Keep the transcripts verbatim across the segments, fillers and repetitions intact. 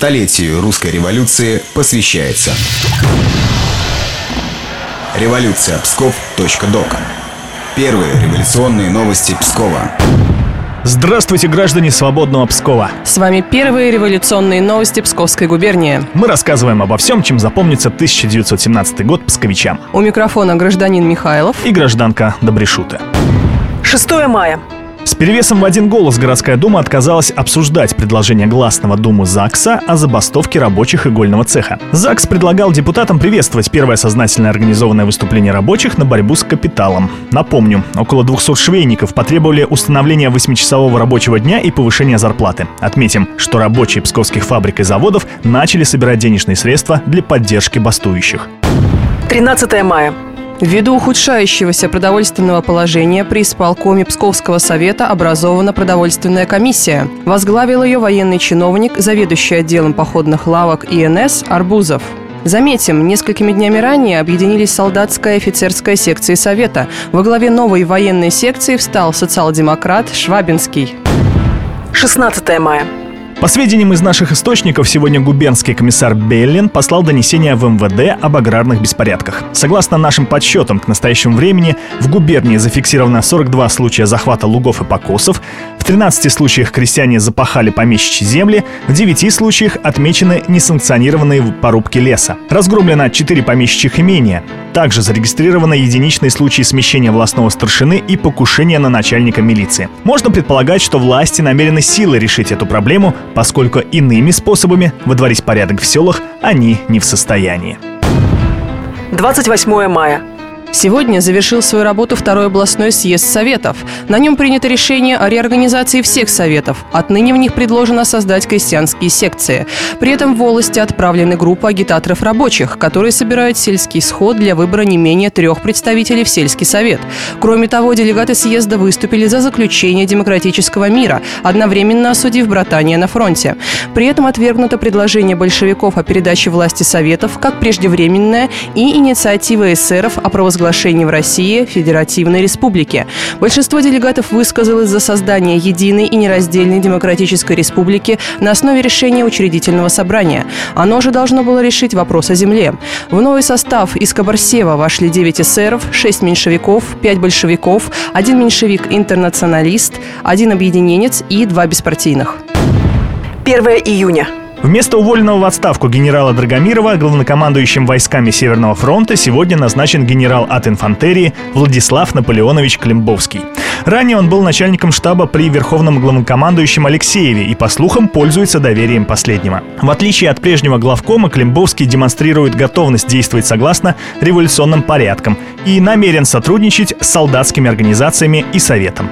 Столетию русской революции посвящается. Революция Псков точка док. Первые революционные новости Пскова. Здравствуйте, граждане свободного Пскова! С вами первые революционные новости Псковской губернии. Мы рассказываем обо всем, чем запомнится тысяча девятьсот семнадцатый год псковичам. У микрофона гражданин Михайлов и гражданка Добришута. шестое мая. С перевесом в один голос городская дума отказалась обсуждать предложение гласного думы ЗАГСа о забастовке рабочих игольного цеха. ЗАГС предлагал депутатам приветствовать первое сознательно организованное выступление рабочих на борьбу с капиталом. Напомню, около двухсот швейников потребовали установления восьмичасового рабочего дня и повышения зарплаты. Отметим, что рабочие псковских фабрик и заводов начали собирать денежные средства для поддержки бастующих. тринадцатое мая. Ввиду ухудшающегося продовольственного положения при исполкоме Псковского совета образована продовольственная комиссия. Возглавил ее военный чиновник, заведующий отделом походных лавок И Н С Арбузов. Заметим, несколькими днями ранее объединились солдатская и офицерская секции Совета. Во главе новой военной секции встал социал-демократ Швабинский. шестнадцатое мая. По сведениям из наших источников, сегодня губернский комиссар Беллин послал донесение в Эм Вэ Дэ об аграрных беспорядках. Согласно нашим подсчетам, к настоящему времени в губернии зафиксировано сорок два случая захвата лугов и покосов, в тринадцати случаях крестьяне запахали помещичьи земли, в девяти случаях отмечены несанкционированные порубки леса. Разгромлено четыре помещичьих имения. Также зарегистрированы единичные случаи смещения властного старшины и покушения на начальника милиции. Можно предполагать, что власти намерены силой решить эту проблему, поскольку иными способами водворить порядок в селах они не в состоянии. двадцать восьмое мая. Сегодня завершил свою работу второй областной съезд Советов. На нем принято решение о реорганизации всех Советов. Отныне в них предложено создать крестьянские секции. При этом в волости отправлены группа агитаторов рабочих, которые собирают сельский сход для выбора не менее трех представителей в сельский совет. Кроме того, делегаты съезда выступили за заключение демократического мира, одновременно осудив братание на фронте. При этом отвергнуто предложение большевиков о передаче власти Советов как преждевременное и инициатива эсеров о провозглашении в России Федеративной Республики. Большинство делегатов высказалось за создание единой и нераздельной демократической республики на основе решения учредительного собрания. Оно же должно было решить вопрос о земле. В новый состав из Кабарсева вошли девять эсеров, шесть меньшевиков, пять большевиков, один меньшевик-интернационалист, один объединенец и два беспартийных. первое июня. Вместо уволенного в отставку генерала Драгомирова главнокомандующим войсками Северного фронта сегодня назначен генерал ат инфантерии Владислав Наполеонович Климбовский. Ранее он был начальником штаба при верховном главнокомандующем Алексееве и, по слухам, пользуется доверием последнего. В отличие от прежнего главкома, Климбовский демонстрирует готовность действовать согласно революционным порядкам и намерен сотрудничать с солдатскими организациями и советом.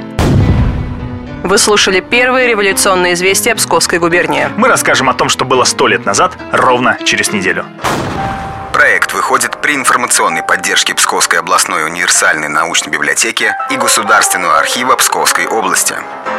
Вы слушали первые революционные известия Псковской губернии. Мы расскажем о том, что было сто лет назад, ровно через неделю. Проект выходит при информационной поддержке Псковской областной универсальной научной библиотеки и Государственного архива Псковской области.